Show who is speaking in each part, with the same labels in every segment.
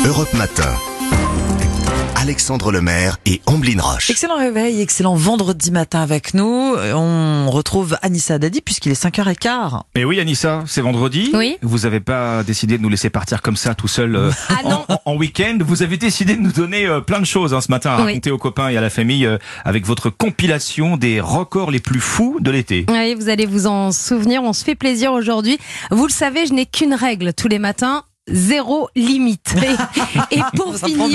Speaker 1: Europe Matin. Alexandre Lemaire et Amblin Roche.
Speaker 2: Excellent réveil, excellent vendredi matin avec nous. On retrouve Anissa Dadi puisqu'il est 5h15.
Speaker 3: Mais oui Anissa, c'est vendredi.
Speaker 4: Oui.
Speaker 3: Vous n'avez pas décidé de nous laisser partir comme ça tout seul
Speaker 4: non.
Speaker 3: en week-end. Vous avez décidé de nous donner plein de choses ce matin à raconter aux copains et à la famille avec votre compilation des records les plus fous de l'été.
Speaker 4: Oui, vous allez vous en souvenir, on se fait plaisir aujourd'hui. Vous le savez, je n'ai qu'une règle tous les matins. Zéro limite. Et pour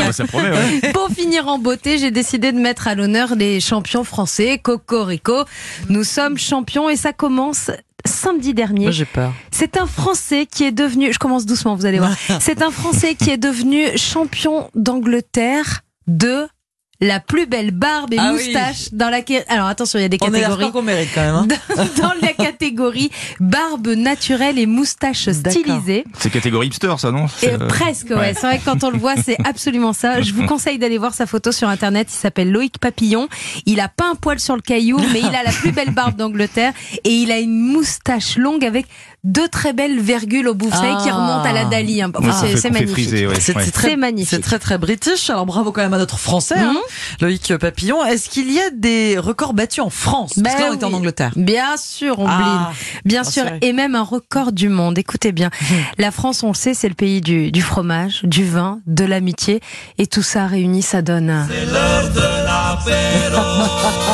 Speaker 4: finir en beauté, j'ai décidé de mettre à l'honneur les champions français. Cocorico, nous sommes champions et ça commence samedi dernier.
Speaker 2: Moi, j'ai peur.
Speaker 4: C'est un Français qui est devenu, je commence doucement, vous allez voir. C'est un Français qui est devenu champion d'Angleterre de la plus belle barbe et moustache dans laquelle... Alors attention, il y a des catégories.
Speaker 2: On est qu'on mérite quand même.
Speaker 4: Dans la catégorie barbe naturelle et moustache stylisée.
Speaker 3: C'est catégorie hipster ça, non?
Speaker 4: Presque, ouais. C'est vrai que quand on le voit, c'est absolument ça. Je vous conseille d'aller voir sa photo sur internet. Il s'appelle Loïc Papillon. Il a pas un poil sur le caillou, mais il a la plus belle barbe d'Angleterre et il a une moustache longue avec deux très belles virgules au bout, vous savez, qui remontent à la Dali. Enfin, c'est magnifique.
Speaker 3: Friser, ouais.
Speaker 4: C'est magnifique.
Speaker 2: C'est très très british. Alors bravo quand même à notre Français, Loïc Papillon. Est-ce qu'il y a des records battus en France? Parce que là on était en Angleterre.
Speaker 4: Bien sûr, on bline. Bien sûr, et même un record du monde. Écoutez bien, la France, on le sait, c'est le pays du fromage, du vin, de l'amitié, et tout ça réuni, ça donne.
Speaker 5: C'est l'heure de l'apéro.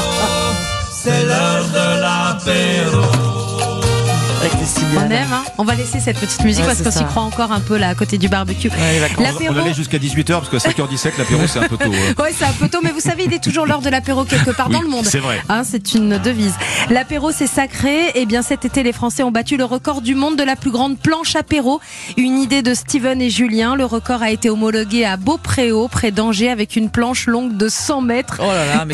Speaker 5: C'est l'heure de l'apéro.
Speaker 4: On aime, hein. On va laisser cette petite musique parce qu'on s'y croit encore un peu là à côté du barbecue.
Speaker 3: On allait jusqu'à 18h parce que 5h17 l'apéro c'est un peu tôt.
Speaker 4: Ouais, c'est un peu tôt, mais vous savez, il est toujours l'heure de l'apéro quelque part dans le monde.
Speaker 3: C'est vrai.
Speaker 4: Hein, c'est une devise. L'apéro c'est sacré. Et bien cet été, les Français ont battu le record du monde de la plus grande planche apéro. Une idée de Steven et Julien. Le record a été homologué à Beaupréau, près d'Angers, avec une planche longue de 100 mètres.
Speaker 2: Oh là là, mais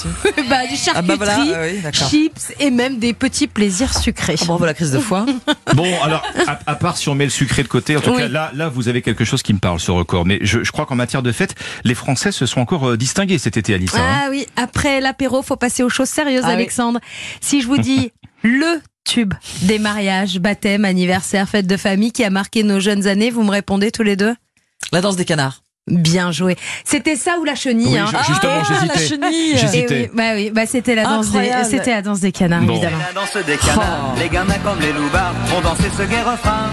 Speaker 4: du charcuterie, chips et même des petits plaisirs sucrés.
Speaker 2: Bravo la crise de foie.
Speaker 3: Bon, alors, à part si on met le sucré de côté, en tout cas, là, vous avez quelque chose qui me parle, ce record. Mais je crois qu'en matière de fête, les Français se sont encore distingués cet été, Alice.
Speaker 4: Oui, après l'apéro, faut passer aux choses sérieuses, Alexandre. Si je vous dis le tube des mariages, baptêmes, anniversaires, fêtes de famille qui a marqué nos jeunes années, vous me répondez tous les deux?
Speaker 2: La danse des canards.
Speaker 4: Bien joué. C'était ça ou la chenille?
Speaker 3: Justement, j'hésitais.
Speaker 2: La chenille.
Speaker 4: C'était la danse des canards, évidemment.
Speaker 5: La danse des canards, les gamins comme les loupards ont dansé ce gai refrain.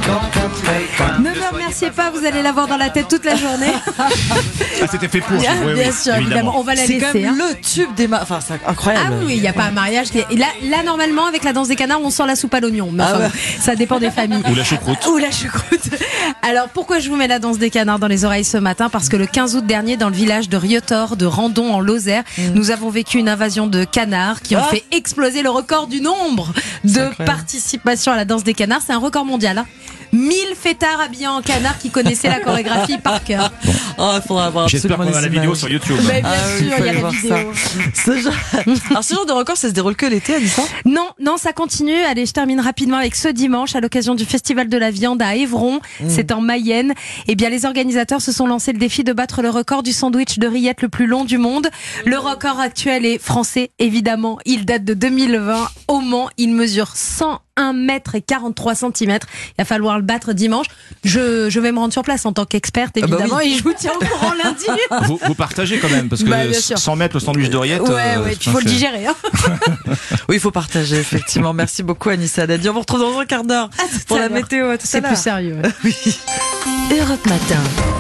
Speaker 4: Ne me remerciez pas, vous allez l'avoir dans la tête toute la journée.
Speaker 3: C'était fait pour.
Speaker 4: Bien sûr, évidemment. On va la laisser.
Speaker 2: C'est quand même le tube des mariages. Enfin, c'est incroyable.
Speaker 4: Il n'y a pas un mariage. Là, normalement, avec la danse des canards, on sort la soupe à l'oignon. Mais ça dépend des familles.
Speaker 3: Ou la choucroute.
Speaker 4: Alors, pourquoi je vous mets la danse des canards dans les oreilles ce matin? Parce que le 15 août dernier, dans le village de Rieutort, de Randon en Lozère, nous avons vécu une invasion de canards qui ont fait exploser le record du nombre de participations à la danse des canards. C'est un record mondial. 1000 fêtards habillés en canard qui connaissaient la chorégraphie par cœur.
Speaker 3: J'espère qu'on a la vidéo sur YouTube.
Speaker 4: Mais bien sûr, il y a la vidéo.
Speaker 2: Alors, ce genre de record, ça se déroule que l'été, Anissa?
Speaker 4: Non, ça continue. Allez, je termine rapidement avec ce dimanche, à l'occasion du Festival de la Viande à Évron. C'est en Mayenne. Eh bien, les organisateurs se sont lancés le défi de battre le record du sandwich de rillettes le plus long du monde. Le record actuel est français, évidemment. Il date de 2020 au Mans. Il mesure 101 mètres et 43 centimètres. Il va falloir le battre dimanche. Je vais me rendre sur place en tant qu'experte, évidemment, et je vous tiens au courant lundi.
Speaker 3: Vous partagez quand même, parce que 100 mètres le sandwich de rillettes.
Speaker 4: Il faut le digérer.
Speaker 2: Oui, il faut partager, effectivement. Merci beaucoup, Anissa Dadi. On vous retrouve dans un quart d'heure pour la météo.
Speaker 4: C'est plus sérieux.
Speaker 2: Oui.
Speaker 6: Europe Matin.